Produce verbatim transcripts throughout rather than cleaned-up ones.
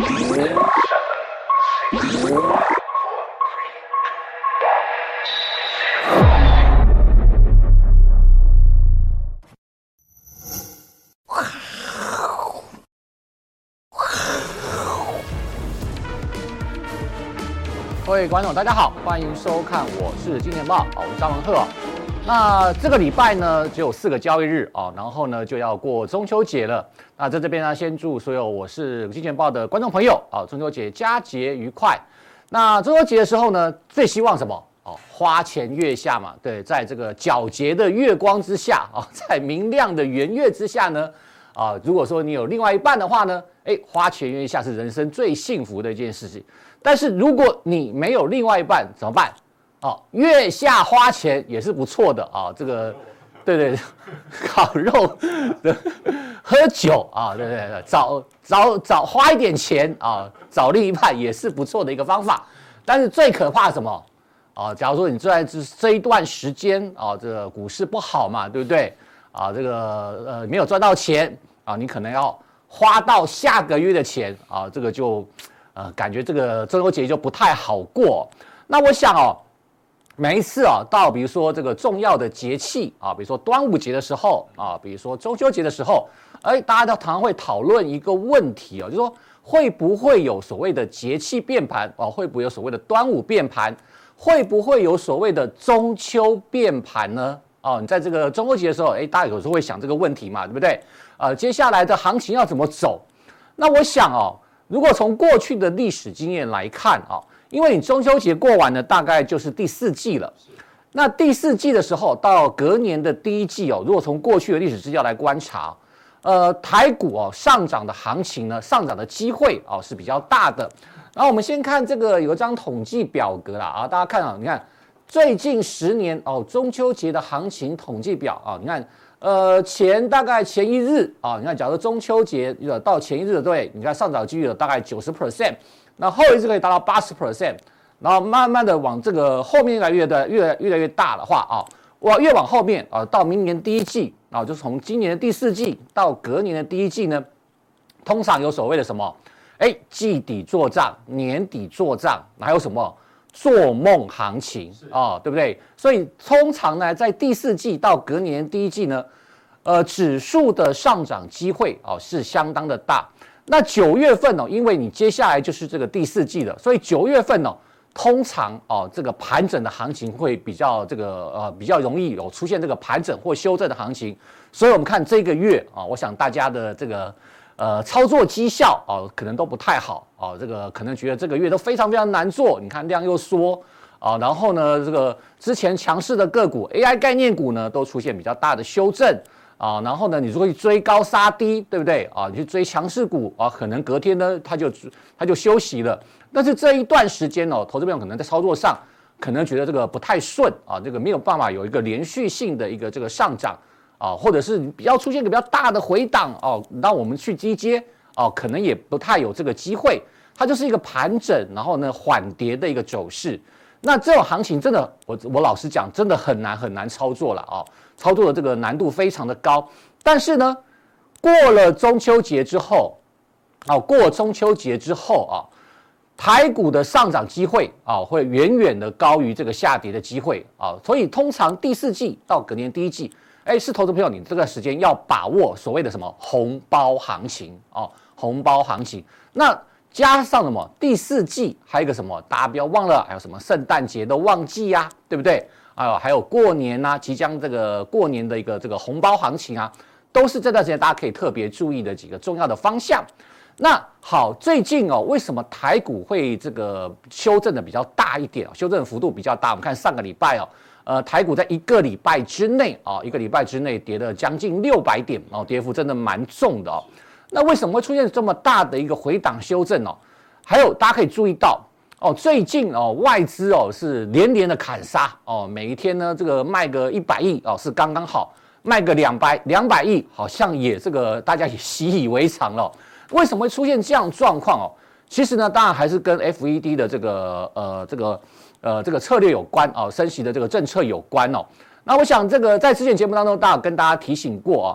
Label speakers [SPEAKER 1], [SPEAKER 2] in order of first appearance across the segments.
[SPEAKER 1] 各位观众，大家好，欢迎收看，我是金钱豹，我是张文鹤。那这个礼拜呢，只有四个交易日啊，然后呢就要过中秋节了。那在这边呢，先祝所有我是金钱豹的观众朋友啊，中秋节佳节愉快。那中秋节的时候呢，最希望什么？哦，花前月下嘛，对，在这个皎洁的月光之下啊，在明亮的圆月之下呢，啊，如果说你有另外一半的话呢，哎，花前月下是人生最幸福的一件事情。但是如果你没有另外一半怎么办？哦，月下花钱也是不错的啊。这个，对对，烤肉、喝酒啊，对对对，找找找花一点钱啊，找另一半也是不错的一个方法。但是最可怕什么？啊，假如说你在这这一段时间啊，这个股市不好嘛，对不对？啊，这个呃没有赚到钱啊，你可能要花到下个月的钱啊，这个就。呃，感觉这个中秋节就不太好过。那我想哦，每一次啊，到比如说这个重要的节气啊，比如说端午节的时候啊，比如说中秋节的时候，哎，大家都常常会讨论一个问题哦，就是说会不会有所谓的节气变盘啊？会不会有所谓的端午变盘？会不会有所谓的中秋变盘呢？哦，你在这个中秋节的时候，哎，大家有时候会想这个问题嘛，对不对？呃，接下来的行情要怎么走？那我想哦。如果从过去的历史经验来看啊，因为你中秋节过完了，大概就是第四季了。那第四季的时候，到隔年的第一季哦，如果从过去的历史资料来观察，呃，台股哦上涨的行情呢，上涨的机会哦是比较大的。然后我们先看这个有一张统计表格啦啊，大家看啊，你看最近十年哦中秋节的行情统计表啊，你看。呃，前大概前一日啊，你看，假如中秋节到前一日，对，你看上涨几率有大概九十 percent， 那后一日可以达到八十 percent， 然后慢慢的往这个后面越来越的越越来越大的话啊，哇，越往后面啊，到明年第一季啊，就从今年的第四季到隔年的第一季呢，通常有所谓的什么？哎，季底做账，年底做账，还有什么？做梦行情啊、哦，对不对？所以通常呢，在第四季到隔年第一季呢，呃，指数的上涨机会哦是相当的大。那九月份哦，因为你接下来就是这个第四季了，所以九月份哦，通常哦这个盘整的行情会比较这个呃比较容易有出现这个盘整或修正的行情。所以我们看这个月啊、哦，我想大家的这个。呃，操作绩效哦，可能都不太好哦。这个可能觉得这个月都非常非常难做。你看量又缩啊，然后呢，这个之前强势的个股 A I 概念股呢，都出现比较大的修正啊。然后呢，你如果去追高杀低，对不对啊？你去追强势股啊，可能隔天呢，它就它就休息了。但是这一段时间哦，投资朋友可能在操作上可能觉得这个不太顺啊，这个没有办法有一个连续性的一个这个上涨。啊，或者是比较出现一个比较大的回档哦，让我们去低接哦，可能也不太有这个机会。它就是一个盘整，然后呢缓跌的一个走势。那这种行情真的，我我老实讲，真的很难很难操作了哦，操作的这个难度非常的高。但是呢，过了中秋节之后，哦，过了中秋节之后啊，台股的上涨机会啊，会远远的高于这个下跌的机会啊，所以通常第四季到隔年第一季。哎，是投资朋友，你这个时间要把握所谓的什么红包行情哦，红包行情。那加上什么第四季还有一个什么，大家不要忘了，还有什么圣诞节的旺季呀、啊，对不对？啊，还有过年呐、啊，即将这个过年的一个这个红包行情啊，都是这段时间大家可以特别注意的几个重要的方向。那好，最近哦，为什么台股会这个修正的比较大一点？修正的幅度比较大。我们看上个礼拜哦。呃，台股在一个礼拜之内啊、哦，一个礼拜之内跌了将近六百点哦，跌幅真的蛮重的哦。那为什么会出现这么大的一个回档修正哦？还有大家可以注意到哦，最近哦外资哦是连连的砍杀哦，每一天呢这个卖个一百亿哦是刚刚好，卖个两百两百亿好像也这个大家也习以为常了、哦。为什么会出现这样状况哦？其实呢，当然还是跟 F E D 的这个呃这个。呃，这个策略有关哦，升息的这个政策有关哦。那我想这个在之前节目当中，大家跟大家提醒过哦，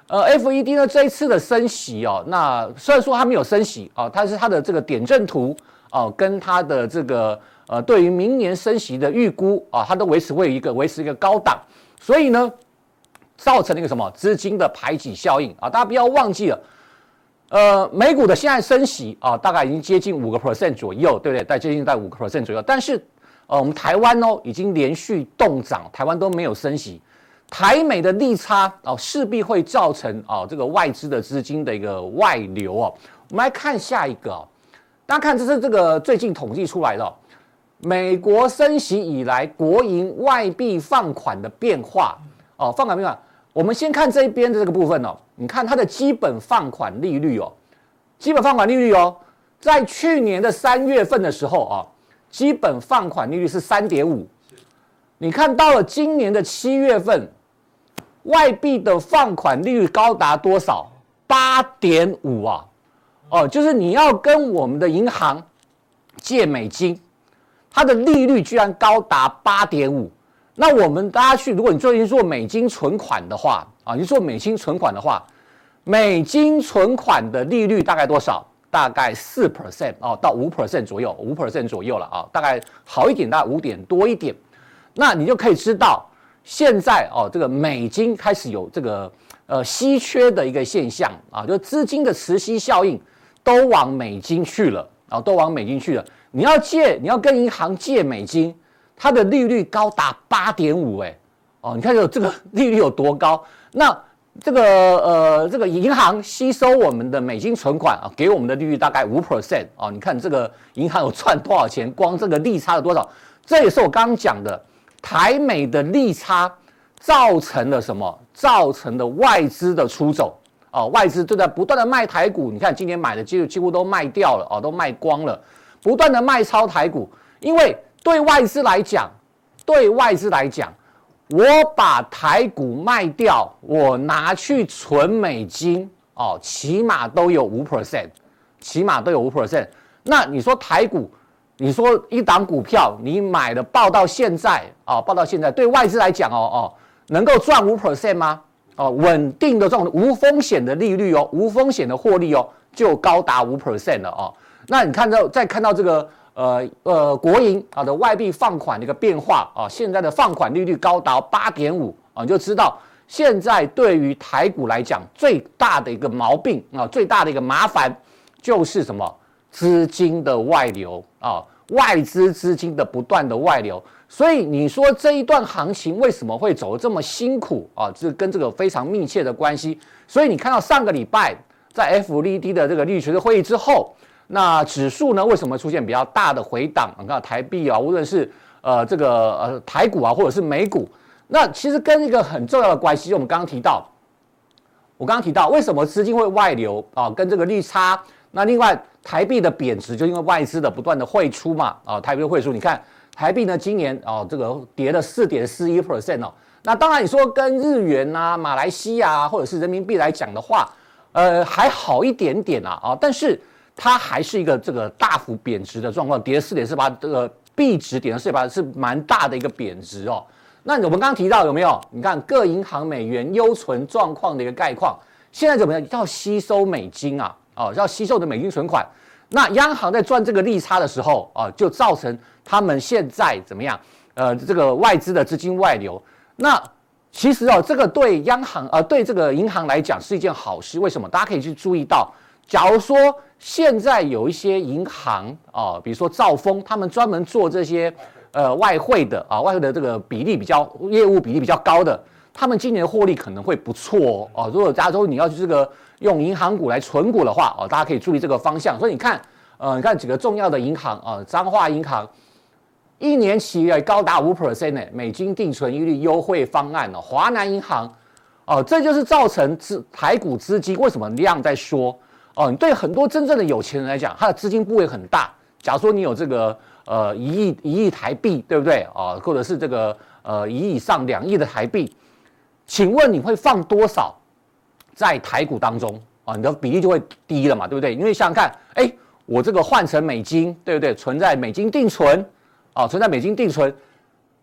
[SPEAKER 1] 呃 ，F E D 呢这一次的升息哦，那虽然说它没有升息啊，它是它的这个点阵图哦，跟它的这个呃对于明年升息的预估啊，它都维持会一个维持一个高档，所以呢，造成了一个什么资金的排挤效应啊，大家不要忘记了。呃，美股的现在升息啊，大概已经接近五个 percent 左右，对不对？在接近在五个 percent 左右。但是，呃，我们台湾哦，已经连续动涨，台湾都没有升息，台美的利差哦，势必会造成哦这个外资的资金的一个外流哦。我们来看下一个哦，大家看这是这个最近统计出来的、哦，美国升息以来国营外币放款的变化哦，放款变化。我们先看这一边的这个部分哦，你看它的基本放款利率哦，基本放款利率哦，在去年的三月份的时候啊、哦，基本放款利率是 三点五， 你看到了今年的七月份，外币的放款利率高达多少？ 八点五 啊，哦，就是你要跟我们的银行借美金，它的利率居然高达 八点五。那我们大家去，如果你最近做美金存款的话啊，你做美金存款的话，美金存款的利率大概多少？大概 百分之四 哦，到 百分之五 左右 ，百分之五 左右了啊，大概好一点，大概五点多一点。那你就可以知道，现在哦，这个美金开始有这个呃稀缺的一个现象啊，就资金的磁吸效应都往美金去了啊，都往美金去了。你要借，你要跟银行借美金。它的利率高达 八点五， 哎，哦，你看这个利率有多高？那这个呃，这个银行吸收我们的美金存款啊，给我们的利率大概 百分之五 哦，你看这个银行有赚多少钱？光这个利差有多少？这也是我刚刚讲的，台美的利差造成了什么？造成了外资的出走哦，外资就在不断的卖台股，你看今年买的几乎几乎都卖掉了哦，都卖光了，不断的卖超台股，因为。对外资来讲，对外资来讲，我把台股卖掉，我拿去存美金哦，起码都有 百分之五， 起码都有 百分之五。那你说台股，你说一档股票你买了报到现在哦，报到现在，对外资来讲哦哦，能够赚 百分之五 吗？哦，稳定的这种无风险的利率哦，无风险的获利哦，就高达 百分之五 了哦。那你看到再看到这个。呃呃，国营啊的外币放款的一个变化啊，现在的放款利率高达 八点五 啊，你就知道现在对于台股来讲最大的一个毛病啊，最大的一个麻烦就是什么？资金的外流啊，外资资金的不断的外流。所以你说这一段行情为什么会走得这么辛苦啊？这跟这个非常密切的关系。所以你看到上个礼拜在 F E D 的这个利率决策会议之后。那指数呢？为什么出现比较大的回档？你看台币啊，无论是呃这个呃台股啊，或者是美股，那其实跟一个很重要的关系，我们刚刚提到，我刚刚提到为什么资金会外流啊？跟这个利差。那另外台币的贬值，就因为外资的不断的汇出嘛啊，台币的汇出，你看台币呢今年啊这个跌了 四点四一 percent 哦。那当然你说跟日元啊、马来西亚啊，或者是人民币来讲的话，呃还好一点点啊啊，但是。它还是一个这个大幅贬值的状况，跌了 四点四八，这个币值跌了 四点四八是蛮大的一个贬值哦。那我们刚刚提到有没有？你看各银行美元优存状况的一个概况，现在怎么样？要吸收美金啊，哦，要吸收的美金存款。那央行在赚这个利差的时候啊，就造成他们现在怎么样？呃，这个外资的资金外流。那其实哦，这个对央行呃对这个银行来讲是一件好事。为什么？大家可以去注意到，假如说。现在有一些银行啊，比如说兆丰，他们专门做这些呃外汇的啊，外汇的这个比例比较业务比例比较高的，他们今年的获利可能会不错哦。如果加州你要去这个用银行股来存股的话哦，大家可以注意这个方向。所以你看，呃，你看几个重要的银行啊，彰化银行一年期也高达 百分之五 呢，美金定存利率优惠方案哦，华南银行哦，这就是造成资台股资金为什么量在缩。哦，你对很多真正的有钱人来讲，他的资金部位很大。假如说你有这个呃一亿一亿台币，对不对啊？或者是这个呃一亿以上两亿的台币，请问你会放多少在台股当中啊？你的比例就会低了嘛，对不对？因为想想看，哎，我这个换成美金，对不对？存在美金定存啊，存在美金定存，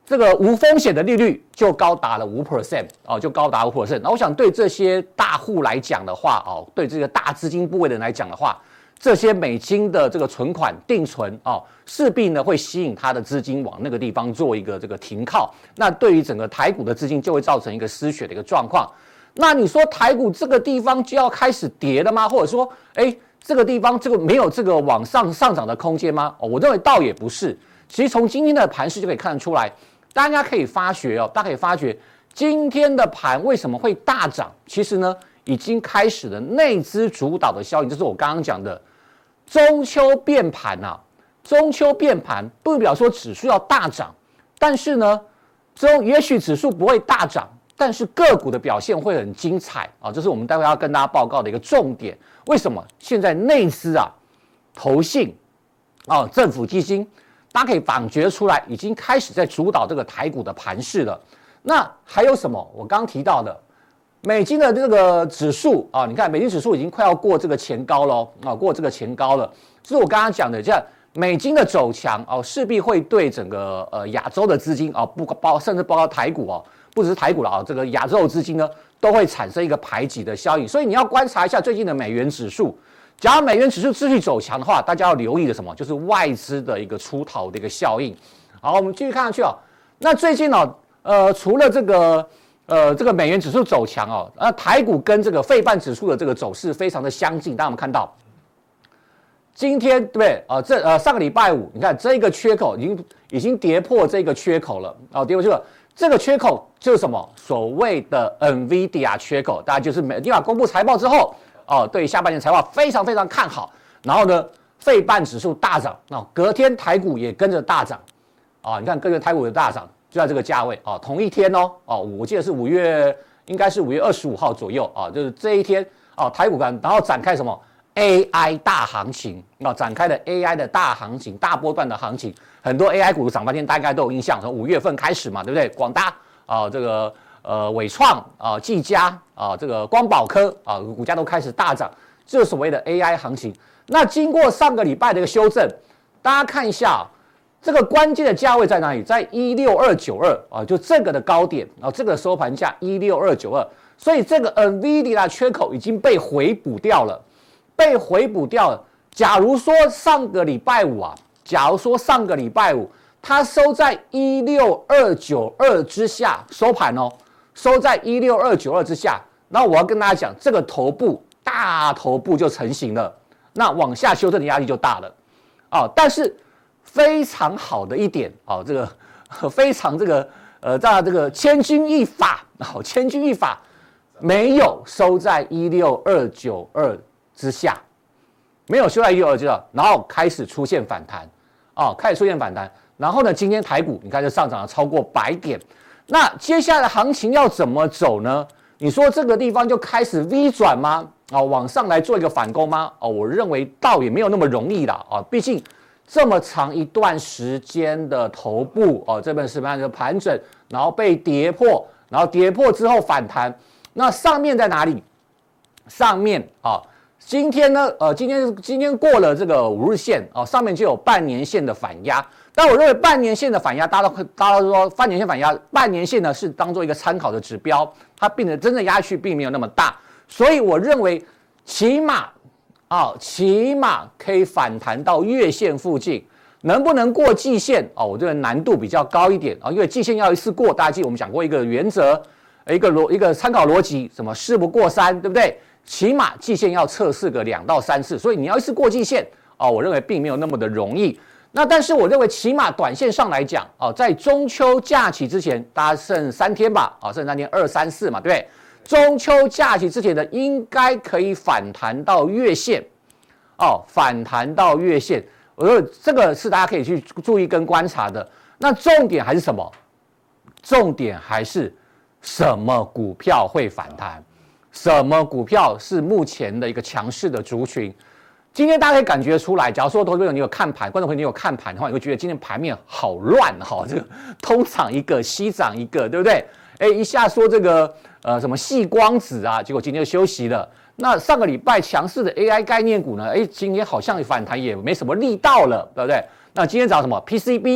[SPEAKER 1] 这个无风险的利率就高达了五 percent 哦，就高达五 percent。那我想对这些大户来讲的话，哦，对这个大资金部位的人来讲的话，这些美金的这个存款定存哦，势必呢会吸引他的资金往那个地方做一个这个停靠。那对于整个台股的资金就会造成一个失血的一个状况。那你说台股这个地方就要开始跌了吗？或者说，哎，这个地方这个没有这个往上上涨的空间吗？哦，我认为倒也不是。其实从今天的盘势就可以看得出来。大家可以发觉哦，大家可以发觉今天的盘为什么会大涨？其实呢，已经开始了内资主导的效应，这是我刚刚讲的中秋变盘啊。中秋变盘不代表说指数要大涨，但是呢，中也许指数不会大涨，但是个股的表现会很精彩啊。这是我们待会要跟大家报告的一个重点。为什么？现在内资啊、投信啊、政府基金。大家可以感觉出来，已经开始在主导这个台股的盘势了。那还有什么？我刚刚提到的美金的这个指数啊，你看美金指数已经快要过这个前高了啊，过这个前高了。就是我刚刚讲的，这样美金的走强哦，势必会对整个呃亚洲的资金啊，不包甚至包括台股哦，不只是台股了啊，这个亚洲的资金呢，都会产生一个排挤的效应。所以你要观察一下最近的美元指数。假如美元指数继续走强的话，大家要留意的什么？就是外资的一个出逃的一个效应。好，我们继续看下去哦。那最近哦，呃，除了这个呃这个美元指数走强哦，那台股跟这个费半指数的这个走势非常的相近。大家有没有看到？今天对不对？啊、呃，这呃上个礼拜五，你看这个缺口已经已经跌破这个缺口了啊、哦，跌破这个这个缺口就是什么？所谓的 NVIDIA 缺口，大家就是美利亚公布财报之后。哦，对下半年财报非常非常看好，然后呢，费半指数大涨，那、哦、隔天台股也跟着大涨，啊、哦，你看跟着台股的大涨就在这个价位啊、哦，同一天哦，哦，我记得是五月，应该是五月二十五号左右啊、哦，就是这一天哦，台股干，然后展开什么 A I 大行情啊、哦，展开了 A I 的大行情，大波段的行情，很多 A I 股涨半天，大概都有印象，从五月份开始嘛，对不对？广达啊、哦，这个。呃，伟创啊、技嘉啊、这个光宝科啊，股价都开始大涨，这是所谓的 A I 行情。那经过上个礼拜的一个修正，大家看一下这个关键的价位在哪里？在一六二九二啊，就这个的高点啊，这个收盘价一六二九二，所以这个 NVIDIA 缺口已经被回补掉了，被回补掉了。假如说上个礼拜五啊，假如说上个礼拜五它收在一六二九二之下收盘哦。收在一六二九二之下，然后我要跟大家讲，这个头部大头部就成型了，那往下修正的压力就大了，哦，但是非常好的一点哦，这个非常这个呃，在这个千钧一发，哦，千钧一发没有收在一六二九二之下，没有收在一六二九二，然后开始出现反弹，哦，开始出现反弹，然后呢，今天台股你看就上涨了超过百点。那接下来的行情要怎么走呢？你说这个地方就开始 V 转吗？啊、哦，往上来做一个反攻吗？哦，我认为倒也没有那么容易啦。啊、哦，毕竟这么长一段时间的头部哦，这边是慢的盘整，然后被跌破，然后跌破之后反弹，那上面在哪里？上面啊、哦，今天呢，呃，今天今天过了这个五日线啊、哦，上面就有半年线的反压。但我认为半年线的反压，大家都大家都说半年线反压，半年线呢是当做一个参考的指标，它并的真正压下去并没有那么大，所以我认为起码啊、哦，起码可以反弹到月线附近，能不能过季线啊、哦？我认为难度比较高一点啊、哦，因为季线要一次过，大家记得我们讲过一个原则，一个逻一个参考逻辑，什么事不过三，对不对？起码季线要测试个两到三次，所以你要一次过季线啊、哦，我认为并没有那么的容易。那但是我认为起码短线上来讲，哦，在中秋假期之前，大家剩三天吧，啊、哦，剩三天，二三四嘛，对不对？中秋假期之前的应该可以反弹到月线，哦，反弹到月线，我说这个是大家可以去注意跟观察的。那重点还是什么？重点还是什么股票会反弹？什么股票是目前的一个强势的族群？今天大家可以感觉出来，假如说投资朋友你有看盘，观众朋友你有看盘的话，你会觉得今天盘面好乱哈、哦，这个东涨一个，西涨一个，对不对？哎，一下说这个呃什么矽光子啊，结果今天就休息了。那上个礼拜强势的 A I 概念股呢，哎，今天好像反弹也没什么力道了，对不对？那今天涨什么 P C B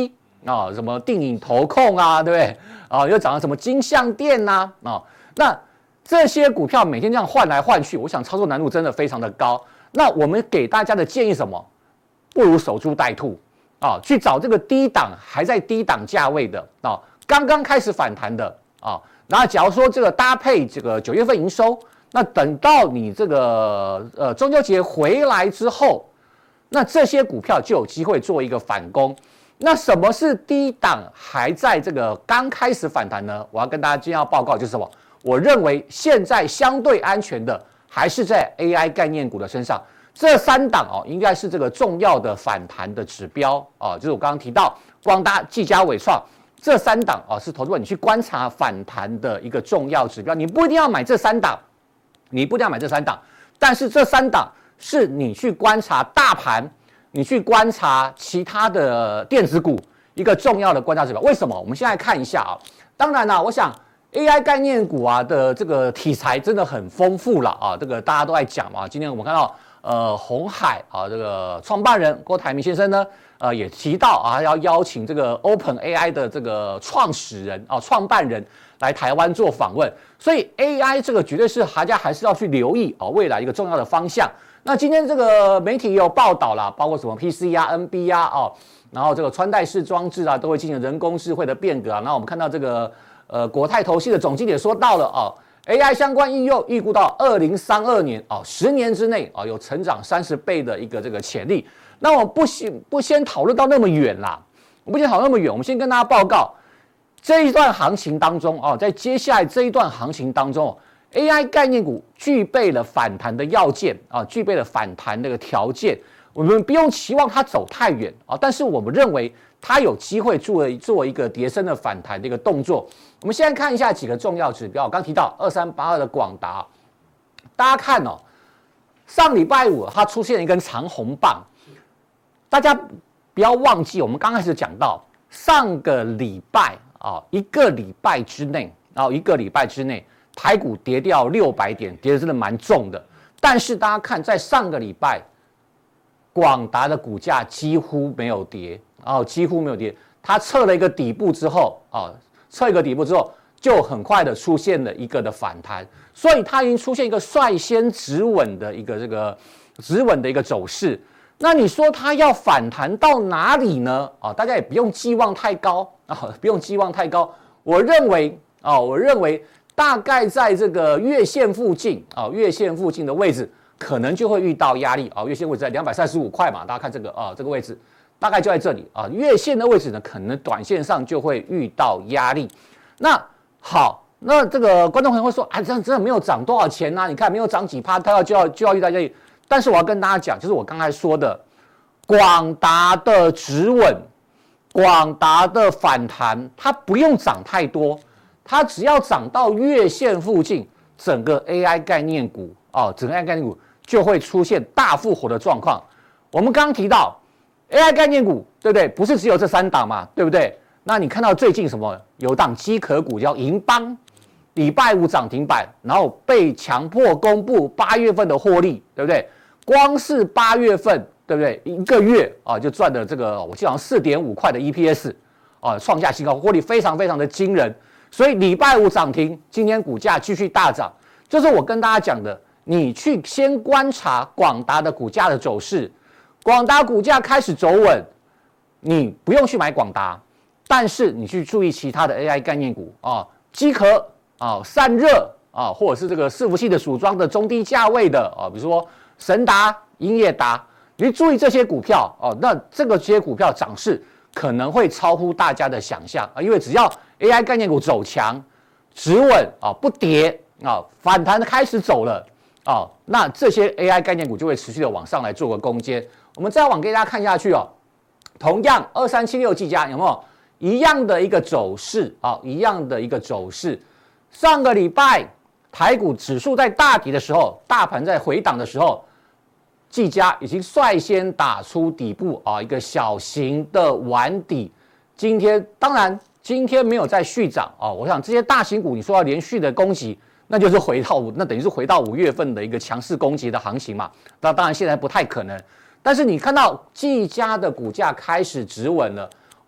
[SPEAKER 1] 啊，什么定影投控啊，对不对？啊，又涨了什么金像电呐，啊，那这些股票每天这样换来换去，我想操作难度真的非常的高。那我们给大家的建议什么？不如守株待兔啊，去找这个低档还在低档价位的啊，刚刚开始反弹的啊。然后假如说这个搭配这个九月份营收，那等到你这个呃中秋节回来之后，那这些股票就有机会做一个反攻。那什么是低档还在这个刚开始反弹呢？我要跟大家今天要报告就是什么？我认为现在相对安全的还是在 A I 概念股的身上。这三档哦，应该是这个重要的反弹的指标啊，就是我刚刚提到光大、技嘉、伟创这三档啊，是投资者你去观察反弹的一个重要指标。你不一定要买这三档，你不一定要买这三档，但是这三档是你去观察大盘，你去观察其他的电子股一个重要的观察指标。为什么？我们现在看一下啊。当然啦，我想 A I 概念股啊的这个题材真的很丰富了啊，这个大家都在讲嘛。今天我们看到。呃，鸿海啊，这个创办人郭台铭先生呢，呃，也提到啊，要邀请这个 Open A I 的这个创始人啊、创办人来台湾做访问，所以 A I 这个绝对是大家还是要去留意啊，未来一个重要的方向。那今天这个媒体也有报道啦，包括什么 P C 啊、N B 啊，哦，然后这个穿戴式装置啊，都会进行人工智慧的变革啊。那我们看到这个呃国泰投信的总经理也说到了啊。A I 相关应用预估到二零三二年啊，十年之内啊有成长三十倍的一个这个潜力。那我不先不先讨论到那么远啦，我不先讨论那么远，我们先跟大家报告这一段行情当中啊，在接下来这一段行情当中 ，A I 概念股具备了反弹的要件啊，具备了反弹那个条件。我们不用期望它走太远啊，但是我们认为它有机会做做一个跌升的反弹的一个动作。我们现在看一下几个重要指标，我刚提到二三八二的广达，大家看哦，上礼拜五它出现一根长红棒，大家不要忘记，我们刚开始讲到上个礼拜啊，一个礼拜之内啊，一个礼拜之内台股跌掉六百点，跌的真的蛮重的。但是大家看，在上个礼拜，广达的股价几乎没有跌啊，几乎没有跌。它测了一个底部之后啊，测一个底部之后，就很快的出现了一个的反弹，所以它已经出现一个率先止稳的一个这个止稳的一个走势。那你说它要反弹到哪里呢？啊，大家也不用寄望太高啊，不用寄望太高。我认为啊，我认为大概在这个月线附近啊，月线附近的位置。可能就会遇到压力啊，月线位置在两百三十五块嘛，大家看这个啊，这个位置大概就在这里啊，月线的位置呢，可能短线上就会遇到压力。那好，那这个观众朋友会说，啊，这样真的没有涨多少钱啊？你看没有涨几趴，它要就要就要遇到压力。但是我要跟大家讲，就是我刚才说的，广达的止稳，广达的反弹，它不用涨太多，它只要涨到月线附近，整个 A I 概念股啊，整个 A I 概念股。就会出现大复活的状况。我们刚刚提到 A I 概念股，对不对？不是只有这三档嘛，对不对？那你看到最近什么有档机壳股叫银邦，礼拜五涨停板，然后被强迫公布八月份的获利，对不对？光是八月份，对不对？一个月啊就赚了这个，我记得好像四点五块的 E P S 啊，创下新高，获利非常非常的惊人。所以礼拜五涨停，今天股价继续大涨，就是我跟大家讲的。你去先观察广达的股价的走势，广达股价开始走稳，你不用去买广达，但是你去注意其他的 A I 概念股啊，机壳啊、散热啊，或者是这个伺服器的组装的中低价位的啊，比如说神达、英业达，你去注意这些股票哦、啊，那这个这些股票涨势可能会超乎大家的想象啊，因为只要 A I 概念股走强、止稳啊，不跌啊，反弹的开始走了。哦，那这些 A I 概念股就会持续的往上来做个攻坚。我们再往给大家看下去哦，同样二三七六技嘉有没有一样的一个走势啊、哦？一样的一个走势。上个礼拜台股指数在大底的时候，大盘在回档的时候，技嘉已经率先打出底部啊、哦，一个小型的丸底。今天当然今天没有再续涨啊、哦，我想这些大型股你说要连续的攻击。那就是回到五，那等于是回到五月份的一个强势攻击的行情嘛。那当然现在不太可能，但是你看到技嘉的股价开始止稳了，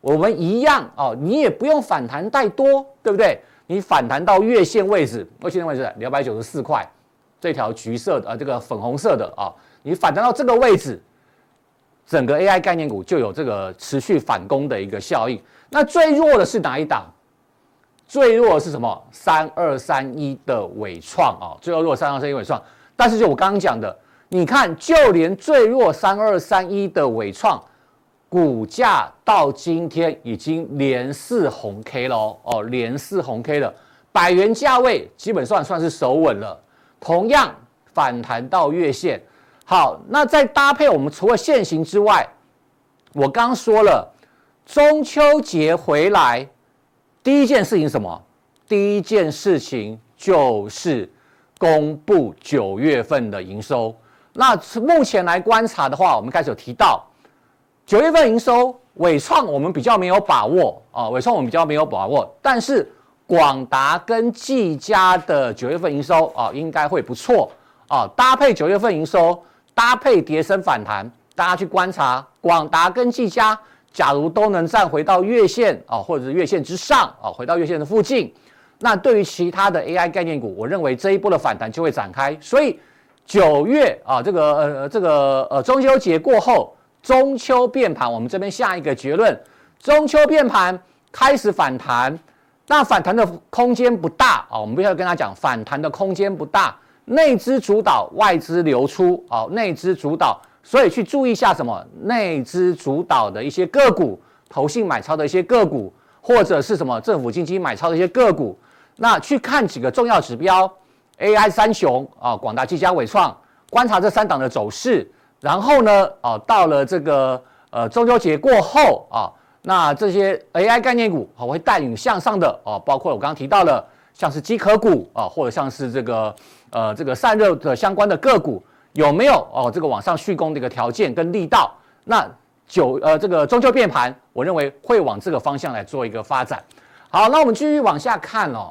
[SPEAKER 1] 我们一样哦，你也不用反弹太多，对不对？你反弹到月线位置，月线位置两百九十四块，这条橘色的啊，这个粉红色的啊，你反弹到这个位置，整个 A I 概念股就有这个持续反攻的一个效应。那最弱的是哪一档？最弱的是什么？三二三一的伟创啊，最弱三二三一伟创。但是就我刚刚讲的，你看，就连最弱三二三一的伟创，股价到今天已经连四红 K 了哦，哦，连四红 K 了，百元价位基本上算是守稳了。同样反弹到月线。好，那再搭配我们除了现行之外，我刚刚说了，中秋节回来。第一件事情是什么？第一件事情就是公布九月份的营收。那目前来观察的话，我们开始有提到九月份营收，伟创我们比较没有把握啊，伟创我们比较没有把握，但是广达跟技嘉的九月份营收啊，应该会不错啊。搭配九月份营收，搭配跌升反弹，大家去观察广达跟技嘉。假如都能站回到月线啊，或者是月线之上啊，回到月线的附近，那对于其他的 A I 概念股，我认为这一波的反弹就会展开。所以九月啊，这个呃这个呃中秋节过后，中秋变盘，我们这边下一个结论：中秋变盘开始反弹，那反弹的空间不大啊。我们必须要跟他讲，反弹的空间不大，内资主导，外资流出啊，内资主导。所以去注意一下什么内资主导的一些个股，投信买超的一些个股，或者是什么政府基金买超的一些个股。那去看几个重要指标 ，A I 三雄啊，广达、技嘉、伟创，观察这三档的走势。然后呢，啊，到了这个呃中秋节过后啊，那这些 A I 概念股啊会带领向上的啊，包括我刚刚提到了像是机壳股啊，或者像是这个呃这个散热的相关的个股。有没有哦？这个往上续攻的一个条件跟力道？那九呃这个中秋变盘，我认为会往这个方向来做一个发展。好，那我们继续往下看哦。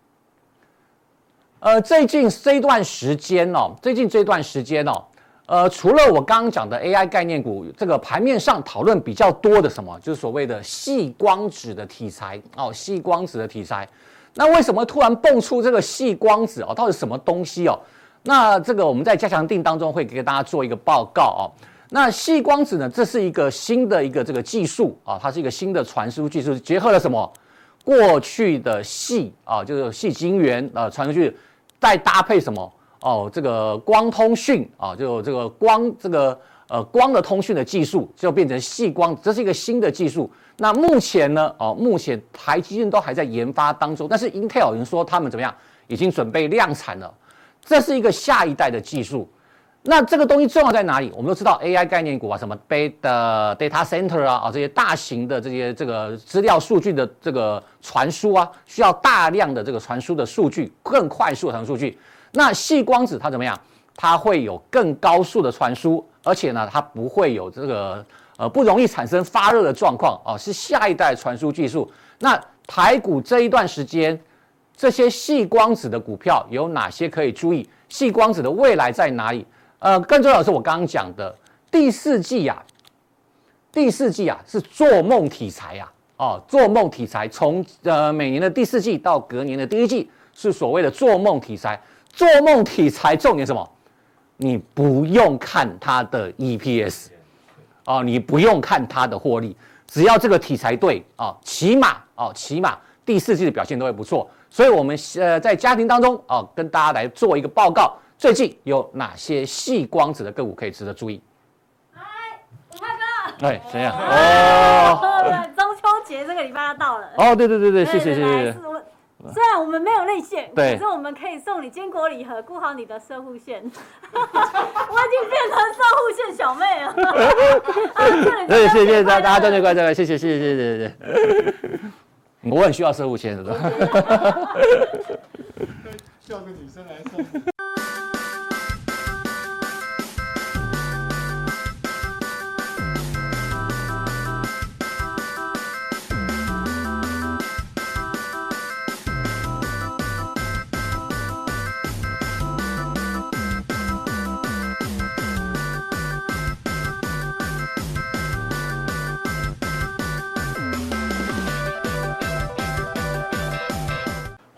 [SPEAKER 1] 呃，最近这一段时间哦，最近这段时间哦，呃，除了我刚刚讲的 A I 概念股，这个盘面上讨论比较多的什么，就是所谓的矽光子的题材哦，矽光子的题材。那为什么突然蹦出这个矽光子哦？到底什么东西哦？那这个我们在加强定当中会给大家做一个报告哦。那矽光子呢，这是一个新的一个这个技术啊，它是一个新的传输技术，结合了什么？过去的矽啊，就是矽晶圆啊传出去，再搭配什么？哦，这个光通讯啊，就这个光这个呃光的通讯的技术，就变成矽光，这是一个新的技术。那目前呢，哦，目前台积电都还在研发当中，但是 Intel 有人说他们怎么样，已经准备量产了。这是一个下一代的技术，那这个东西重要在哪里？我们都知道 A I 概念股啊，什么 data data center 啊，啊这些大型的这些这个资料数据的这个传输啊，需要大量的这个传输的数据，更快速的传输数据。那矽光子它怎么样？它会有更高速的传输，而且呢，它不会有这个呃不容易产生发热的状况啊，是下一代传输技术。那台股这一段时间。这些矽光子的股票有哪些可以注意？矽光子的未来在哪里？呃，更重要的是我刚刚讲的第四季啊，第四季啊是做梦题材啊，哦，做梦题材，从呃每年的第四季到隔年的第一季是所谓的做梦题材。做梦题材重点什么？你不用看它的 E P S 哦，你不用看它的获利，只要这个题材对哦，起码哦，起码第四季的表现都会不错。所以，我们呃在家庭当中啊、哦，跟大家来做一个报告，最近有哪些矽光子的个股可以值得注意？
[SPEAKER 2] 哎，五块哥，
[SPEAKER 1] 哎，谁呀？哦，
[SPEAKER 2] 中秋节这个礼拜要到了。
[SPEAKER 1] 哦，对对对对，谢谢谢谢。
[SPEAKER 2] 虽然我们没有内线，
[SPEAKER 1] 对，
[SPEAKER 2] 可是我们可以送你坚果礼盒，顾好你的射护线。我已经变成射护线小妹了。
[SPEAKER 1] 对，谢谢大家，大家正确观众，谢谢谢谢谢谢谢谢。我很需要射护线的。
[SPEAKER 3] 叫个女生来送。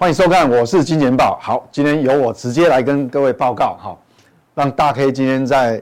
[SPEAKER 4] 欢迎收看，我是金钱豹。好，今天由我直接来跟各位报告，好，让大 K 今天在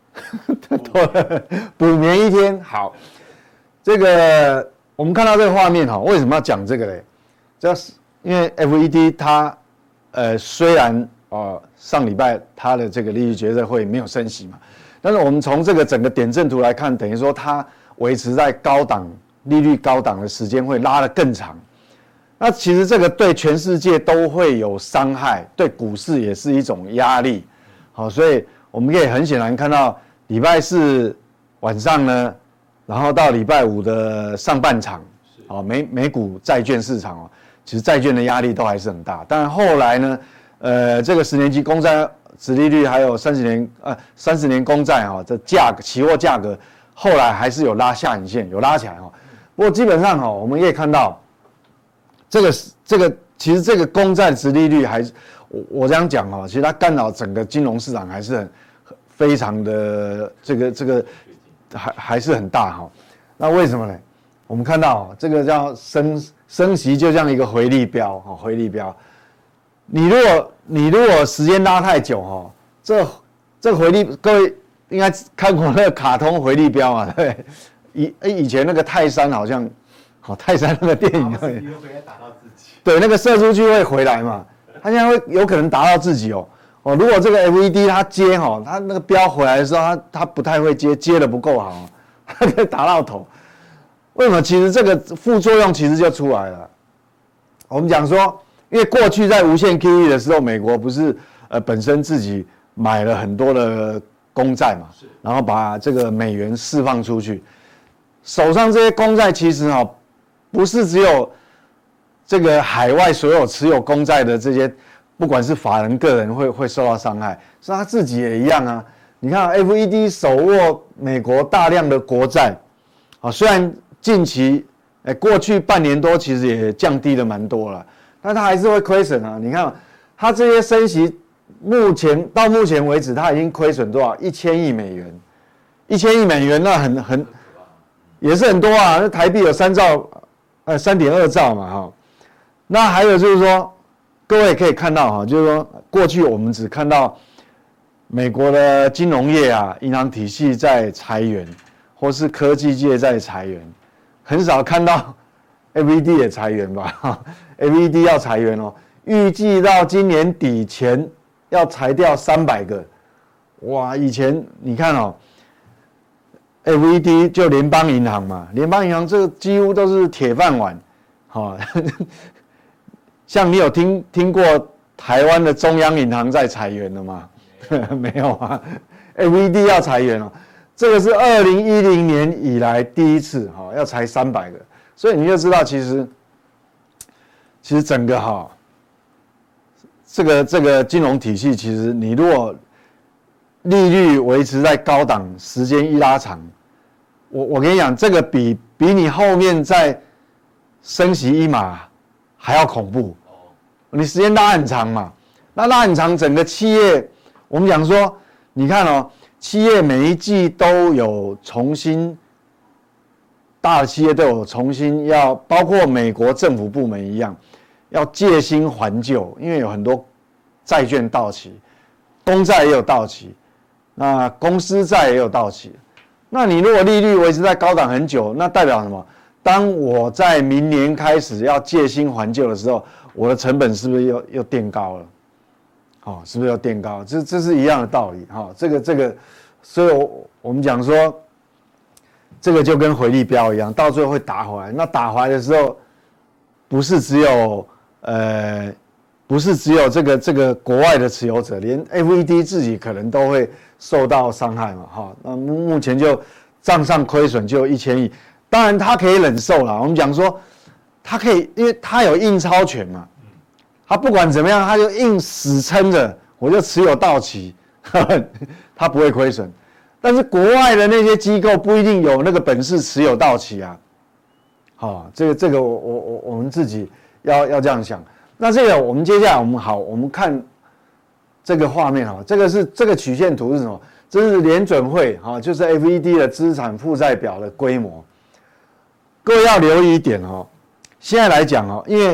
[SPEAKER 4] 补眠一天。好，这个我们看到这个画面哈，为什么要讲这个嘞？这是因为 F E D 它呃虽然哦、呃、上礼拜它的这个利率决策会没有升息嘛，但是我们从这个整个点阵图来看，等于说它维持在高档利率高档的时间会拉得更长。那其实这个对全世界都会有伤害，对股市也是一种压力。好，所以我们可以很显然看到，礼拜四晚上呢，然后到礼拜五的上半场，哦，美美股债券市场哦，其实债券的压力都还是很大。但后来呢，呃，这个十年期公债殖利率还有三十年呃三十年公债哈、哦，这价格期货价格后来还是有拉下影线，有拉起来哈、哦。不过基本上哈、哦，我们可以看到。这个这个其实这个公债殖利率还是我我这样讲哦，其实它干扰整个金融市场还是很非常的这个这个还还是很大哈。那为什么呢？我们看到这个叫升升息，就像一个回力镖哈，回力镖。你如果你如果时间拉太久哈，这这回力各位应该看过那个卡通回力镖嘛，对，以以前那个泰山好像。好，泰山那个电影，对，那个射出去会回来嘛？他现在会有可能打到自己哦。哦，如果这个 F E D 它接哈，它那个标回来的时候，它它不太会接，接的不够好，它可以打到头。为什么？其实这个副作用其实就出来了。我们讲说，因为过去在无限 Q E 的时候，美国不是呃本身自己买了很多的公债嘛，然后把这个美元释放出去，手上这些公债其实哈。不是只有这个海外所有持有公债的这些，不管是法人个人会会受到伤害，是他自己也一样啊。你看 F E D 手握美国大量的国债，啊，虽然近期哎过去半年多其实也降低了蛮多了，但他还是会亏损啊。你看他这些升息，目前到目前为止他已经亏损多少？一千亿美元，一千亿美元那很很也是很多啊。那台币有三兆。呃，三点二兆嘛，哈，那还有就是说，各位可以看到哈，就是说过去我们只看到美国的金融业啊、银行体系在裁员，或是科技界在裁员，很少看到 F E D 也裁员吧？哈 ，F E D 要裁员哦，预计到今年底前要裁掉三百个，哇！以前你看哦。F E D 就联邦银行嘛，联邦银行这个几乎都是铁饭碗，好，像你有听听过台湾的中央银行在裁员的吗？没有啊 ，F E D 要裁员哦，这个是二零一零年以来第一次哈，要裁三百个，所以你就知道其实其实整个哈，这个这个金融体系其实你如果利率维持在高档，时间一拉长，我我跟你讲，这个比比你后面再升息一码还要恐怖。你时间拉很长嘛，那拉很长，整个企业，我们讲说，你看哦，企业每一季都有重新，大的企业都有重新要，包括美国政府部门一样，要借新还旧，因为有很多债券到期，公债也有到期。那公司债也有到期，那你如果利率维持在高档很久，那代表什么？当我在明年开始要借新还旧的时候，我的成本是不是又又垫高了？哦，是不是又垫高？这这是一样的道理哈、哦。这个这个，所以我我们讲说，这个就跟回力镖一样，到最后会打回来。那打回来的时候，不是只有呃。不是只有这个这个国外的持有者，连 F E D 自己可能都会受到伤害嘛，哈。那目前就账上亏损就一千亿，当然他可以忍受啦。我们讲说，他可以，因为他有印钞权嘛，他不管怎么样，他就硬死撑着，我就持有到期，呵呵他不会亏损。但是国外的那些机构不一定有那个本事持有到期啊，好，这个这个我我我我们自己要要这样想。那这个我们接下来我们好，我们看这个画面哈，这个是这个曲线图是什么？这是联准会哈，就是 F E D 的资产负债表的规模。各位要留意一点哦，现在来讲哦，因为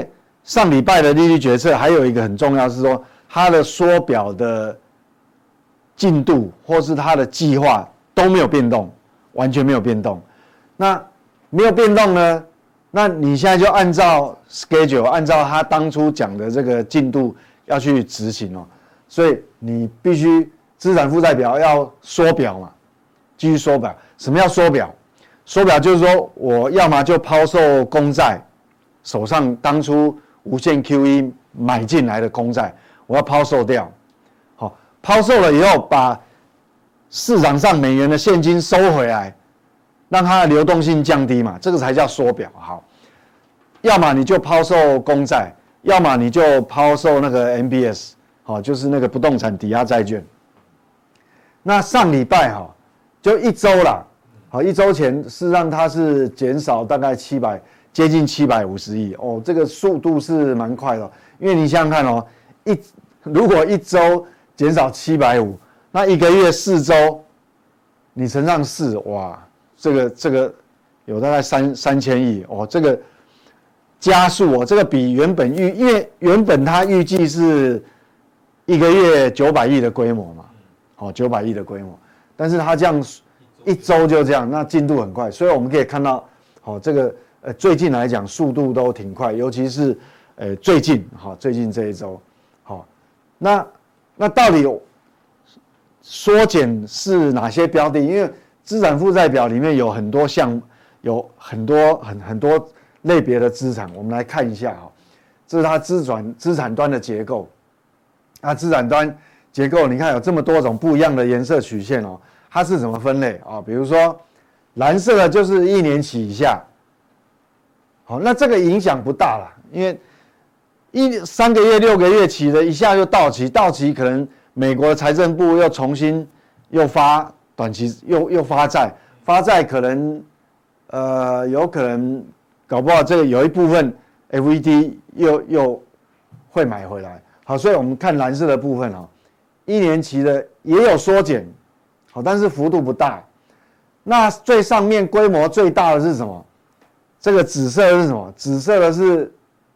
[SPEAKER 4] 上礼拜的利率决策还有一个很重要是说，它的缩表的进度或是它的计划都没有变动，完全没有变动。那没有变动呢？那你现在就按照 schedule， 按照他当初讲的这个进度要去执行哦。所以你必须资产负债表要缩表嘛，继续缩表。什么叫缩表？缩表就是说我要么就抛售公债，手上当初无限 Q E 买进来的公债，我要抛售掉。好，抛售了以后，把市场上美元的现金收回来，让它的流动性降低嘛，这个才叫缩表。好，要么你就抛售公债，要么你就抛售那个 M B S， 好，就是那个不动产抵押债券。那上礼拜哈，就一周啦，好，一周前事实上它是减少大概七百，接近七百五十亿哦，这个速度是蛮快的，因为你想想看哦，一如果一周减少七百五，那一个月四周，你乘上四，哇，这个这个有大概三三千亿哦，这个加速哦，这个比原本预，因为原本它预计是一个月九百亿的规模嘛。哦，九百亿的规模，但是它这样一周就这样，那进度很快，所以我们可以看到，哦，这个呃最近来讲速度都挺快，尤其是呃最近，哈、哦，最近这一周，好、哦，那那到底缩减是哪些标的？因为资产负债表里面有很多项，有很多很很多类别的资产，我们来看一下哈、哦，这是它资产资产端的结构，那资产端。结构你看有这么多种不一样的颜色曲线哦，它是怎么分类啊、哦？比如说蓝色的就是一年期以下，好，那这个影响不大啦，因为一三个月、六个月期的一下就到期，到期可能美国财政部又重新又发短期又又发债，发债可能呃有可能搞不好这个有一部分 F E D 又又会买回来，好，所以我们看蓝色的部分哦。一年期的也有缩减，好，但是幅度不大。那最上面规模最大的是什么？这个紫色的是什么？紫色的是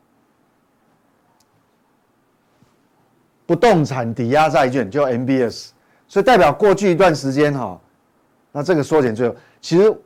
[SPEAKER 4] 不动产抵押债券，就 M B S， 所以代表过去一段时间哈，那这个缩减最后，其实